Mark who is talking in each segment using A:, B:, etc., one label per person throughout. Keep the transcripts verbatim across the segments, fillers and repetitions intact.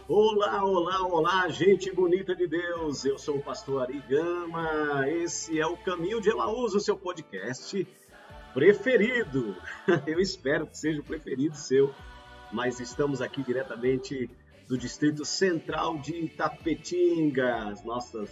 A: Olá, olá, olá, gente bonita de Deus. Eu sou o pastor Ari Gama. Esse é o Caminho de Emaús, o seu podcast preferido. Eu espero que seja o preferido seu, mas estamos aqui diretamente do Distrito Central de Itapetinga, as nossas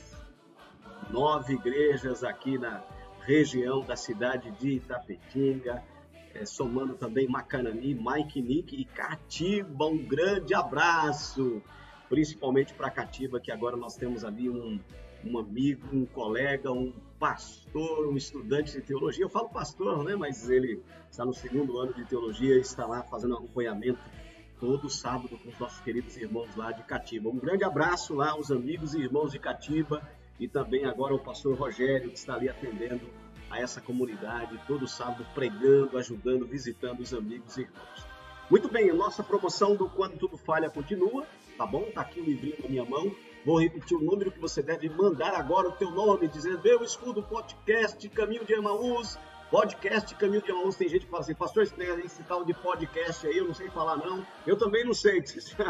A: nove igrejas aqui na região da cidade de Itapetinga. É, somando também Macanani, Mike Nick e Catiba, um grande abraço, principalmente para Catiba, que agora nós temos ali um, um amigo, um colega, um pastor, um estudante de teologia. Eu falo pastor, né? Mas ele está no segundo ano de teologia e está lá fazendo acompanhamento todo sábado com os nossos queridos irmãos lá de Catiba. Um grande abraço lá aos amigos e irmãos de Catiba e também agora o pastor Rogério, que está ali atendendo a essa comunidade, todo sábado pregando, ajudando, visitando os amigos e irmãos. Muito bem, a nossa promoção do Quando Tudo Falha continua, tá bom? Tá aqui o livrinho na minha mão. Vou repetir o número que você deve mandar agora, o teu nome, dizendo: eu escuto o podcast Caminho de Emaús, podcast Caminho de Emaús. Tem gente que fala assim: pastor, esse tal de podcast aí, eu não sei falar não. Eu também não sei,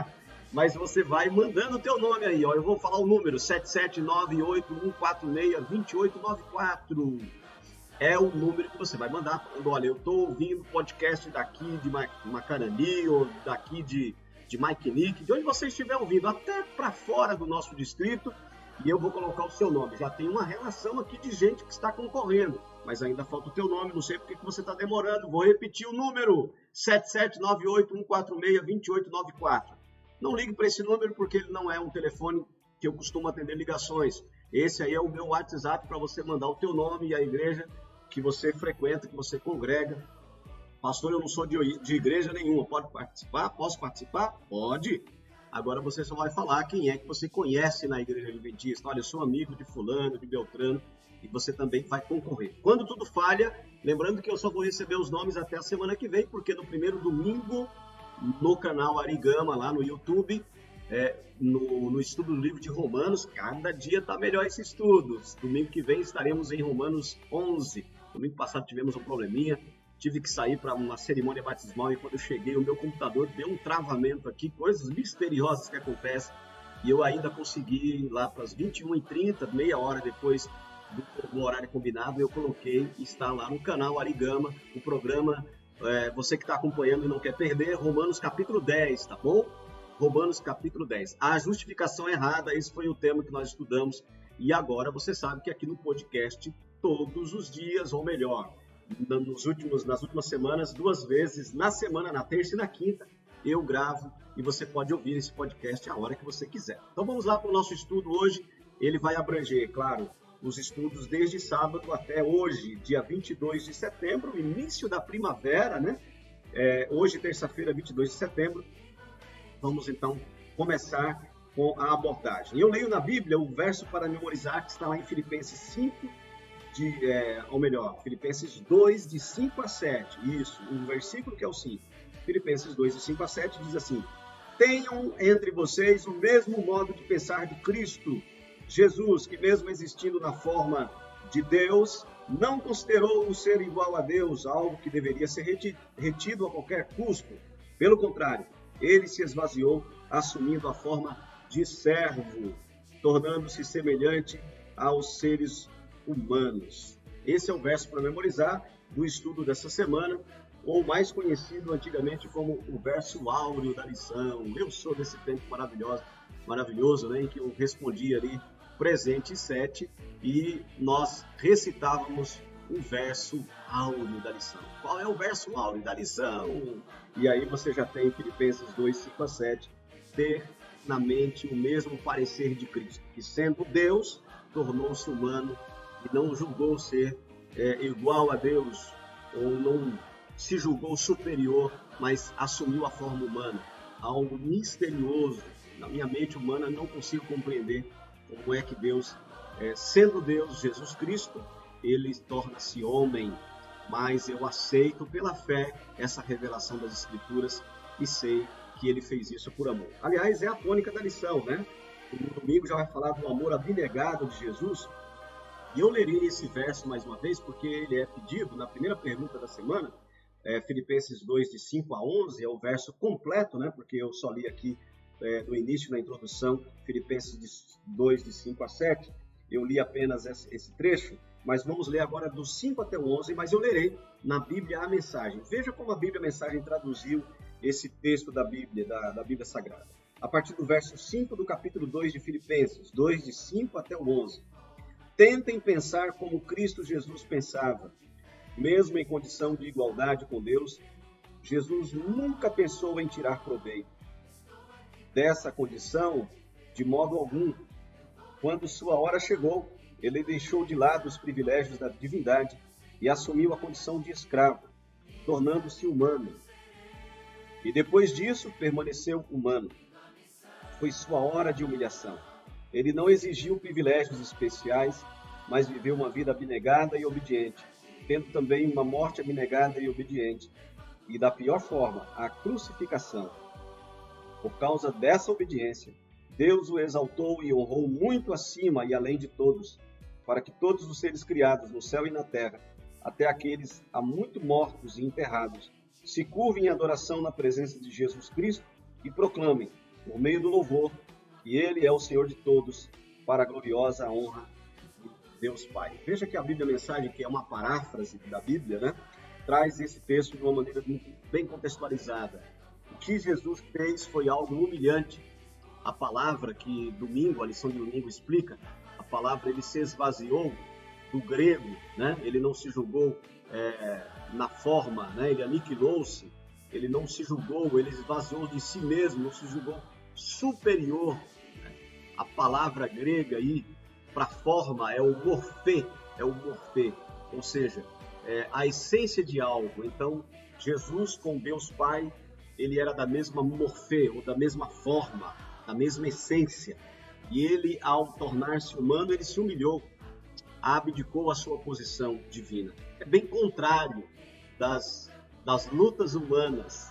A: mas você vai mandando o teu nome aí, ó. Eu vou falar o número: sete sete nove oito um quatro seis dois oito nove quatro. É o número que você vai mandar falando: olha, eu estou ouvindo podcast daqui de Macanani ou daqui de, de Mike Nick, de onde você estiver ouvindo, até para fora do nosso distrito, e eu vou colocar o seu nome. Já tem uma relação aqui de gente que está concorrendo, mas ainda falta o teu nome, não sei porque que você está demorando. Vou repetir o número: sete sete nove oito um quatro seis dois oito nove quatro. Não ligue para esse número porque ele não é um telefone que eu costumo atender ligações. Esse aí é o meu WhatsApp para você mandar o teu nome e a igreja que você frequenta, que você congrega. Pastor, eu não sou de, de igreja nenhuma. Pode participar? Posso participar? Pode. Agora você só vai falar quem é que você conhece na igreja adventista. Olha, eu sou amigo de fulano, de Beltrano, e você também vai concorrer. Quando tudo falha, lembrando que eu só vou receber os nomes até a semana que vem, porque no primeiro domingo, no canal Ari Gama, lá no YouTube, É, no, no estudo do livro de Romanos, cada dia está melhor esse estudo. Domingo que vem estaremos em Romanos onze. Domingo passado tivemos um probleminha, tive que sair para uma cerimônia batismal e quando eu cheguei o meu computador deu um travamento aqui, coisas misteriosas que acontecem, e eu ainda consegui lá para as vinte e uma e trinta, meia hora depois do, do horário combinado, eu coloquei, está lá no canal Ari Gama, o programa, é, você que está acompanhando e não quer perder, Romanos capítulo dez, tá bom? Romanos capítulo dez. A justificação errada, esse foi o tema que nós estudamos. E agora você sabe que aqui no podcast, todos os dias, ou melhor, nos últimos, nas últimas semanas, duas vezes na semana, na terça e na quinta, eu gravo e você pode ouvir esse podcast a hora que você quiser. Então vamos lá para o nosso estudo hoje. Ele vai abranger, claro, os estudos desde sábado até hoje, dia vinte e dois de setembro, início da primavera, né? É, hoje, terça-feira, vinte e dois de setembro. Vamos, então, começar com a abordagem. Eu leio na Bíblia o verso para memorizar que está lá em Filipenses cinco, de, é, ou melhor, Filipenses dois, de cinco a sete. Isso, um versículo que é o cinco. Filipenses dois, de cinco a sete, diz assim: tenham entre vocês o mesmo modo de pensar de Cristo Jesus, que mesmo existindo na forma de Deus, não considerou o ser igual a Deus algo que deveria ser retido a qualquer custo. Pelo contrário, ele se esvaziou, assumindo a forma de servo, tornando-se semelhante aos seres humanos. Esse é o verso para memorizar do estudo dessa semana, ou mais conhecido antigamente como o verso áureo da lição. Eu sou desse tempo maravilhoso, maravilhoso, né, em que eu respondi ali presente sete e nós recitávamos o verso áureo da lição. Qual é o verso áureo da lição? E aí você já tem Filipenses dois, cinco a sete, ter na mente o mesmo parecer de Cristo, que sendo Deus, tornou-se humano e não julgou ser é, igual a Deus, ou não se julgou superior, mas assumiu a forma humana. Algo misterioso. Na minha mente humana não consigo compreender como é que Deus, é, sendo Deus, Jesus Cristo, ele torna-se homem, mas eu aceito pela fé essa revelação das Escrituras e sei que ele fez isso por amor. Aliás, é a tônica da lição, né? No domingo já vai falar do amor abnegado de Jesus, e eu lerei esse verso mais uma vez, porque ele é pedido na primeira pergunta da semana, é, Filipenses dois, de cinco a onze, é o verso completo, né? Porque eu só li aqui é, no início, na introdução, Filipenses dois, de cinco a sete. Eu li apenas esse, esse trecho, mas vamos ler agora do cinco até o onze, mas eu lerei na Bíblia a Mensagem. Veja como a Bíblia a Mensagem traduziu esse texto da Bíblia, da, da Bíblia Sagrada. A partir do verso cinco do capítulo dois de Filipenses, dois, de cinco até o onze. Tentem pensar como Cristo Jesus pensava. Mesmo em condição de igualdade com Deus, Jesus nunca pensou em tirar proveito dessa condição de modo algum. Quando sua hora chegou, ele deixou de lado os privilégios da divindade e assumiu a condição de escravo, tornando-se humano. E depois disso, permaneceu humano. Foi sua hora de humilhação. Ele não exigiu privilégios especiais, mas viveu uma vida abnegada e obediente, tendo também uma morte abnegada e obediente, e da pior forma, a crucificação. Por causa dessa obediência, Deus o exaltou e honrou muito acima e além de todos, para que todos os seres criados no céu e na terra, até aqueles há muito mortos e enterrados, se curvem em adoração na presença de Jesus Cristo e proclamem, por meio do louvor, que Ele é o Senhor de todos, para a gloriosa honra de Deus Pai. Veja que a Bíblia Mensagem, que é uma paráfrase da Bíblia, né, traz esse texto de uma maneira bem contextualizada. O que Jesus fez foi algo humilhante. A palavra que domingo, a lição de domingo explica, a palavra ele se esvaziou do grego, né? Ele não se julgou é, na forma, né? Ele aniquilou-se, ele não se julgou, ele esvaziou de si mesmo, não se julgou superior. Né? A palavra grega aí para forma é o morfê, é o morfê, ou seja, é a essência de algo. Então, Jesus com Deus Pai, ele era da mesma morfê, ou da mesma forma, da mesma essência. E ele, ao tornar-se humano, ele se humilhou, abdicou a sua posição divina. É bem contrário das, das lutas humanas.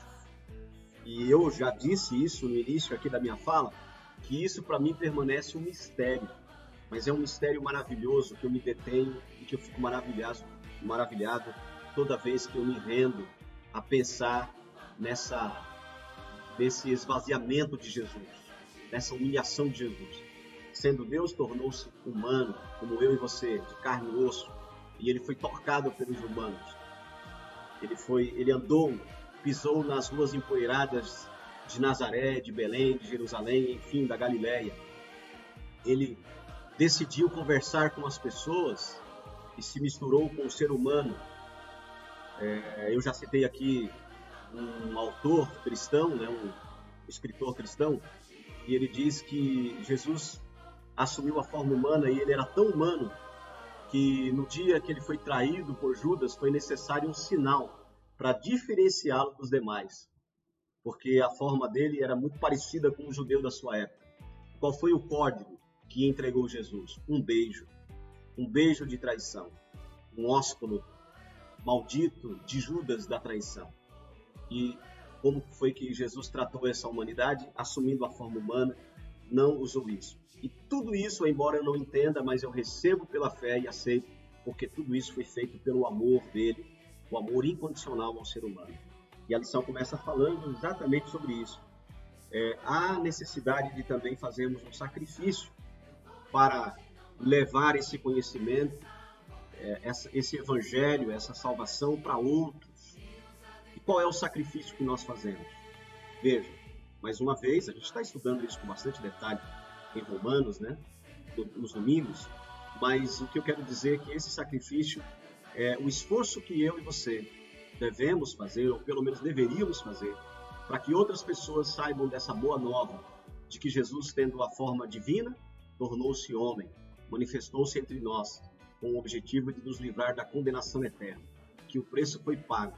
A: E eu já disse isso no início aqui da minha fala, que isso para mim permanece um mistério. Mas é um mistério maravilhoso que eu me detenho e que eu fico maravilhado, maravilhado toda vez que eu me rendo a pensar nessa, nesse esvaziamento de Jesus, nessa humilhação de Jesus. Sendo Deus, tornou-se humano, como eu e você, de carne e osso, e ele foi tocado pelos humanos. Ele, foi, ele andou, pisou nas ruas empoeiradas de Nazaré, de Belém, de Jerusalém, enfim, da Galileia. Ele decidiu conversar com as pessoas e se misturou com o ser humano. É, eu já citei aqui um autor cristão, né, um escritor cristão, e ele diz que Jesus assumiu a forma humana e ele era tão humano que no dia que ele foi traído por Judas foi necessário um sinal para diferenciá-lo dos demais, porque a forma dele era muito parecida com o judeu da sua época. Qual foi o código que entregou Jesus? Um beijo, um beijo de traição, um ósculo maldito de Judas da traição. E como foi que Jesus tratou essa humanidade? Assumindo a forma humana, não usou isso. E tudo isso, embora eu não entenda, mas eu recebo pela fé e aceito, porque tudo isso foi feito pelo amor dele, o amor incondicional ao ser humano. E a lição começa falando exatamente sobre isso. É, há necessidade de também fazermos um sacrifício para levar esse conhecimento, é, essa, esse evangelho, essa salvação para outros. E qual é o sacrifício que nós fazemos? Veja, mais uma vez, a gente está estudando isso com bastante detalhe em Romanos, né, nos domingos, mas o que eu quero dizer é que esse sacrifício é o esforço que eu e você devemos fazer, ou pelo menos deveríamos fazer, para que outras pessoas saibam dessa boa nova, de que Jesus, tendo a forma divina, tornou-se homem, manifestou-se entre nós, com o objetivo de nos livrar da condenação eterna, que o preço foi pago.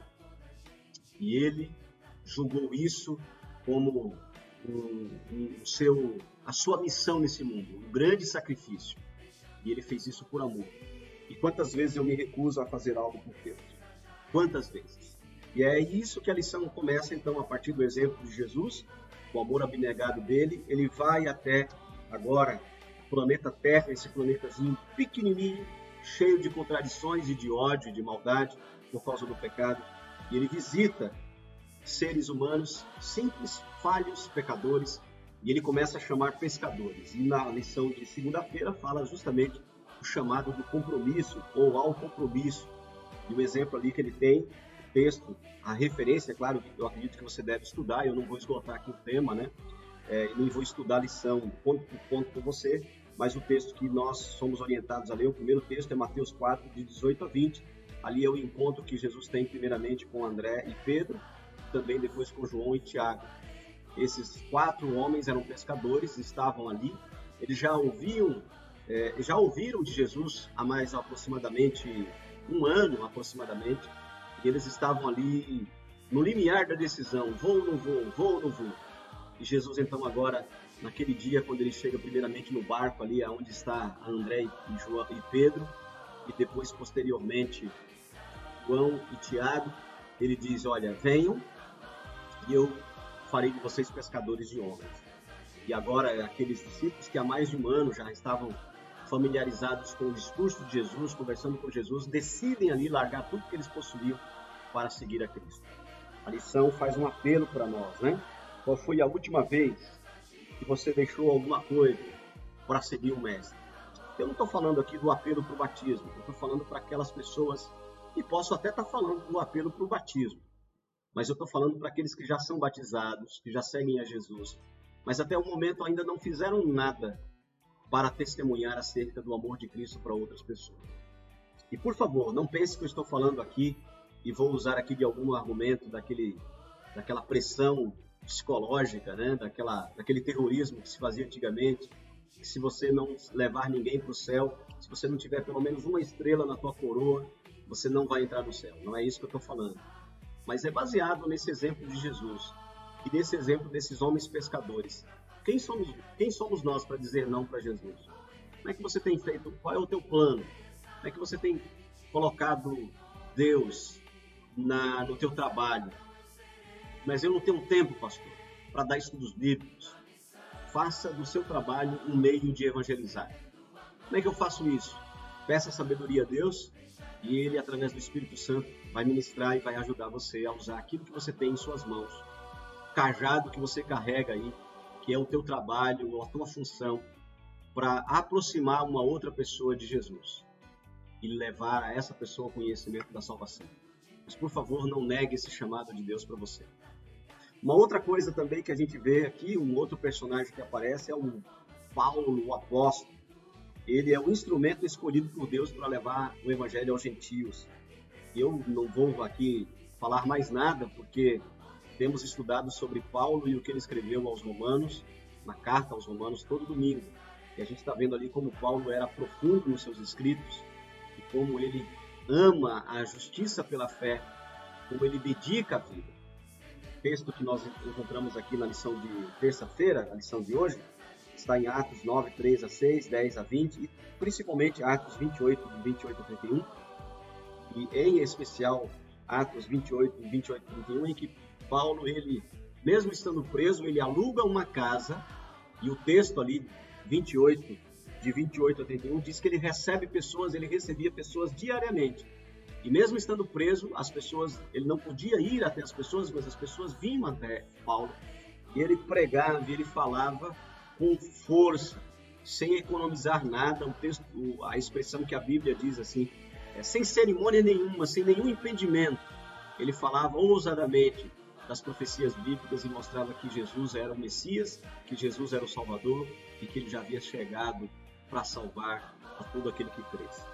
A: E ele julgou isso como um, um seu, a sua missão nesse mundo, um grande sacrifício. E ele fez isso por amor. E quantas vezes eu me recuso a fazer algo por Deus? Quantas vezes? E é isso que a lição começa, então, a partir do exemplo de Jesus, o amor abnegado dele. Ele vai até, agora, o planeta Terra, esse planetazinho pequenininho, cheio de contradições e de ódio e de maldade por causa do pecado. E ele visita seres humanos simples, falhos, pecadores, e ele começa a chamar pescadores. E na lição de segunda-feira fala justamente o chamado do compromisso ou ao compromisso. E o exemplo ali que ele tem, o texto, a referência, é claro, eu acredito que você deve estudar, eu não vou esgotar aqui o tema, né? É, nem vou estudar a lição ponto por ponto com você, mas o texto que nós somos orientados a ler, o primeiro texto é Mateus quatro, de dezoito a vinte. Ali é o encontro que Jesus tem primeiramente com André e Pedro, também depois com João e Tiago. Esses quatro homens eram pescadores, estavam ali, eles já ouviam, é, já ouviram de Jesus há mais aproximadamente um ano, aproximadamente, e eles estavam ali no limiar da decisão, vou ou não vou, vou ou não vou. E Jesus então agora, naquele dia, quando ele chega primeiramente no barco ali, onde está André e, João, e Pedro, e depois posteriormente João e Tiago, ele diz, olha, venham e eu farei de vocês pescadores de homens. E agora aqueles discípulos que há mais de um ano já estavam familiarizados com o discurso de Jesus, conversando com Jesus, decidem ali largar tudo que eles possuíam para seguir a Cristo. A lição faz um apelo para nós, né? Qual foi a última vez que você deixou alguma coisa para seguir o Mestre? Eu não estou falando aqui do apelo para o batismo, eu estou falando para aquelas pessoas, e posso até estar falando do apelo para o batismo, mas eu estou falando para aqueles que já são batizados, que já seguem a Jesus, mas até o momento ainda não fizeram nada para testemunhar acerca do amor de Cristo para outras pessoas. E por favor, não pense que eu estou falando aqui e vou usar aqui de algum argumento daquele, daquela pressão psicológica, né? Daquela, daquele terrorismo que se fazia antigamente, que se você não levar ninguém para o céu, se você não tiver pelo menos uma estrela na tua coroa, você não vai entrar no céu. Não é isso que eu estou falando. Mas é baseado nesse exemplo de Jesus e nesse exemplo desses homens pescadores. Quem somos, quem somos nós para dizer não para Jesus? Como é que você tem feito? Qual é o teu plano? Como é que você tem colocado Deus na, no teu trabalho? Mas eu não tenho tempo, pastor, para dar estudos bíblicos. Faça do seu trabalho um meio de evangelizar. Como é que eu faço isso? Peça sabedoria a Deus e Ele, através do Espírito Santo, vai ministrar e vai ajudar você a usar aquilo que você tem em suas mãos. O cajado que você carrega aí, que é o teu trabalho, a tua função, para aproximar uma outra pessoa de Jesus e levar a essa pessoa ao conhecimento da salvação. Mas, por favor, não negue esse chamado de Deus para você. Uma outra coisa também que a gente vê aqui, um outro personagem que aparece é o Paulo, o apóstolo. Ele é o instrumento escolhido por Deus para levar o evangelho aos gentios. Eu não vou aqui falar mais nada, porque temos estudado sobre Paulo e o que ele escreveu aos romanos, na carta aos romanos, todo domingo. E a gente está vendo ali como Paulo era profundo nos seus escritos e como ele ama a justiça pela fé, como ele dedica a vida. O texto que nós encontramos aqui na lição de terça-feira, a lição de hoje, está em Atos nove, três a seis, dez a vinte e principalmente Atos vinte e oito, de vinte e oito a trinta e um, e em especial Atos vinte e oito, vinte e oito a trinta e um, em que Paulo, ele, mesmo estando preso, ele aluga uma casa, e o texto ali, vinte e oito, de vinte e oito a trinta e um, diz que ele recebe pessoas, ele recebia pessoas diariamente. E mesmo estando preso, as pessoas, ele não podia ir até as pessoas, mas as pessoas vinham até Paulo. E ele pregava, ele falava com força, sem economizar nada. O texto, a expressão que a Bíblia diz assim, é, sem cerimônia nenhuma, sem nenhum impedimento. Ele falava ousadamente das profecias bíblicas e mostrava que Jesus era o Messias, que Jesus era o Salvador e que ele já havia chegado para salvar a todo aquele que cresce.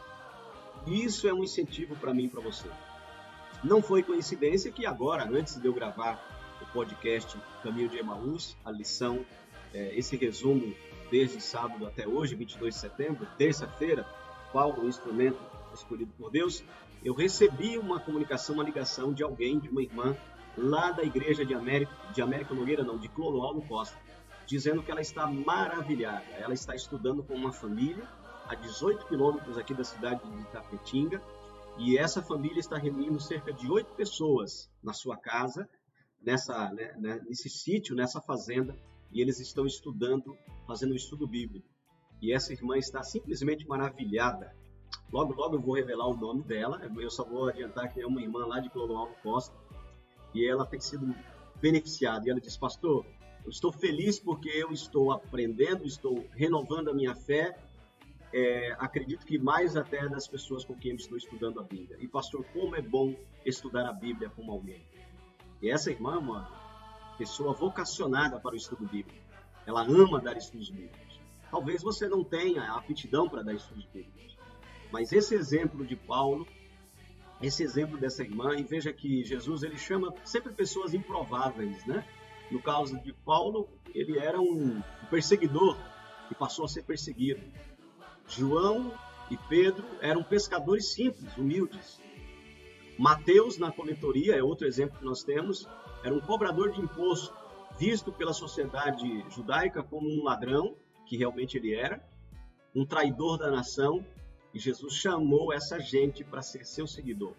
A: E isso é um incentivo para mim e para você. Não foi coincidência que agora, antes de eu gravar o podcast Caminho de Emaús, a lição, é, esse resumo desde sábado até hoje, vinte e dois de setembro, terça-feira, Paulo, o instrumento escolhido por Deus, eu recebi uma comunicação, uma ligação de alguém, de uma irmã, lá da igreja de América, de América Nogueira, não, de Clodoaldo Costa, dizendo que ela está maravilhada. Ela está estudando com uma família a dezoito quilômetros aqui da cidade de Itapetinga, e essa família está reunindo cerca de oito pessoas na sua casa, nessa, né, nesse sítio, nessa fazenda, e eles estão estudando, fazendo um estudo bíblico. E essa irmã está simplesmente maravilhada. Logo, logo eu vou revelar o nome dela, eu só vou adiantar que é uma irmã lá de Clodoaldo Costa, e ela tem sido beneficiada. E ela diz, pastor, Eu estou feliz porque eu estou aprendendo, estou renovando a minha fé. É, acredito que mais até das pessoas com quem eu estou estudando a Bíblia. E, pastor, como é bom estudar a Bíblia como alguém. E essa irmã, uma pessoa vocacionada para o estudo bíblico. Ela ama dar estudos bíblicos. Talvez você não tenha a aptidão para dar estudos bíblicos. Mas esse exemplo de Paulo, esse exemplo dessa irmã, e veja que Jesus ele chama sempre pessoas improváveis, né? No caso de Paulo, ele era um perseguidor e passou a ser perseguido. João e Pedro eram pescadores simples, humildes. Mateus, na coletoria, é outro exemplo que nós temos, era um cobrador de imposto, visto pela sociedade judaica como um ladrão, que realmente ele era, um traidor da nação, e Jesus chamou essa gente para ser seu seguidor.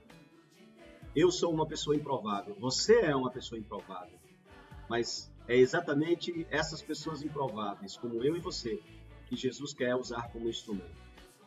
A: Eu sou uma pessoa improvável, você é uma pessoa improvável, mas é exatamente essas pessoas improváveis, como eu e você, que Jesus quer usar como instrumento.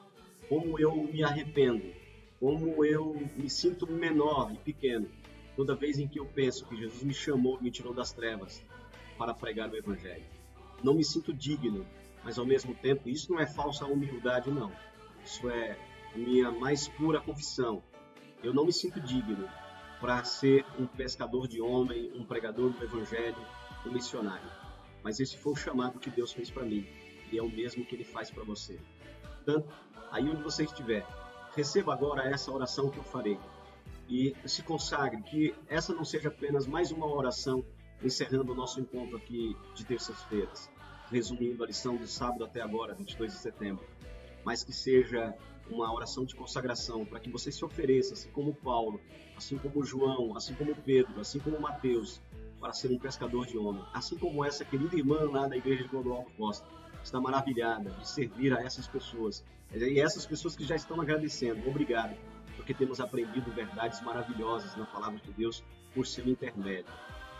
A: Como eu me arrependo, como eu me sinto menor e pequeno, toda vez em que eu penso que Jesus me chamou, me tirou das trevas para pregar o Evangelho. Não me sinto digno, mas ao mesmo tempo, isso não é falsa humildade, não. Isso é a minha mais pura confissão. Eu não me sinto digno para ser um pescador de homem, um pregador do Evangelho, um missionário. Mas esse foi o chamado que Deus fez para mim. E é o mesmo que ele faz para você. Portanto, aí onde você estiver, receba agora essa oração que eu farei. E se consagre, que essa não seja apenas mais uma oração, encerrando o nosso encontro aqui de terças-feiras, resumindo a lição de sábado até agora, vinte e dois de setembro, mas que seja uma oração de consagração, para que você se ofereça, assim como Paulo, assim como João, assim como Pedro, assim como Mateus, para ser um pescador de homem, assim como essa querida irmã lá da igreja de Clodoaldo Costa, está maravilhada de servir a essas pessoas. E essas pessoas que já estão agradecendo, obrigado, porque temos aprendido verdades maravilhosas na palavra de Deus por seu intermédio.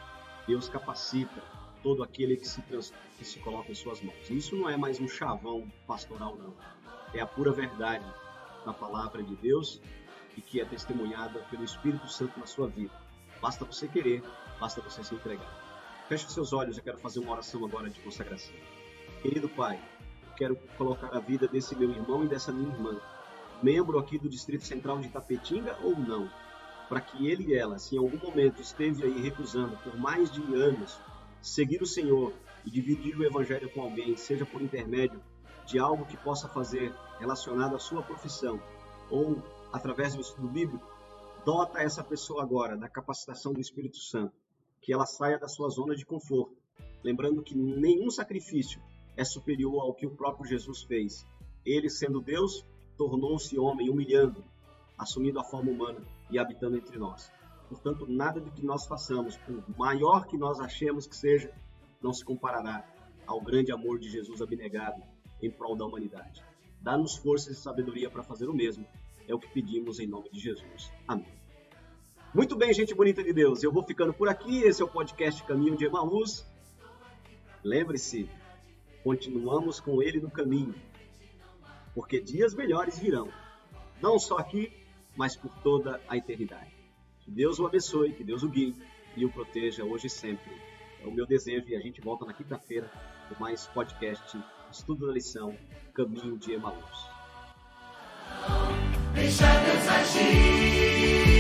A: Deus capacita todo aquele que se, trans, que se coloca em suas mãos. Isso não é mais um chavão pastoral, não. É a pura verdade da palavra de Deus e que é testemunhada pelo Espírito Santo na sua vida. Basta você querer, basta você se entregar. Feche os seus olhos, eu quero fazer uma oração agora de consagração. Querido Pai, eu quero colocar a vida desse meu irmão e dessa minha irmã, membro aqui do Distrito Central de Itapetinga ou não, para que ele e ela, se em algum momento esteve aí recusando por mais de anos seguir o Senhor e dividir o Evangelho com alguém, seja por intermédio de algo que possa fazer relacionado à sua profissão ou através do estudo bíblico, dota essa pessoa agora da capacitação do Espírito Santo, que ela saia da sua zona de conforto, lembrando que nenhum sacrifício é superior ao que o próprio Jesus fez. Ele, sendo Deus, tornou-se homem, humilhando, assumindo a forma humana e habitando entre nós. Portanto, nada do que nós façamos, por maior que nós achemos que seja, não se comparará ao grande amor de Jesus abnegado em prol da humanidade. Dá-nos forças e sabedoria para fazer o mesmo. É o que pedimos em nome de Jesus. Amém. Muito bem, gente bonita de Deus. Eu vou ficando por aqui. Esse é o podcast Caminho de Emaús. Lembre-se, continuamos com ele no caminho, porque dias melhores virão, não só aqui, mas por toda a eternidade. Que Deus o abençoe, que Deus o guie e o proteja hoje e sempre. É o meu desejo e a gente volta na quinta-feira com mais podcast Estudo da Lição Caminho de Emaús.
B: Deixa Deus agir.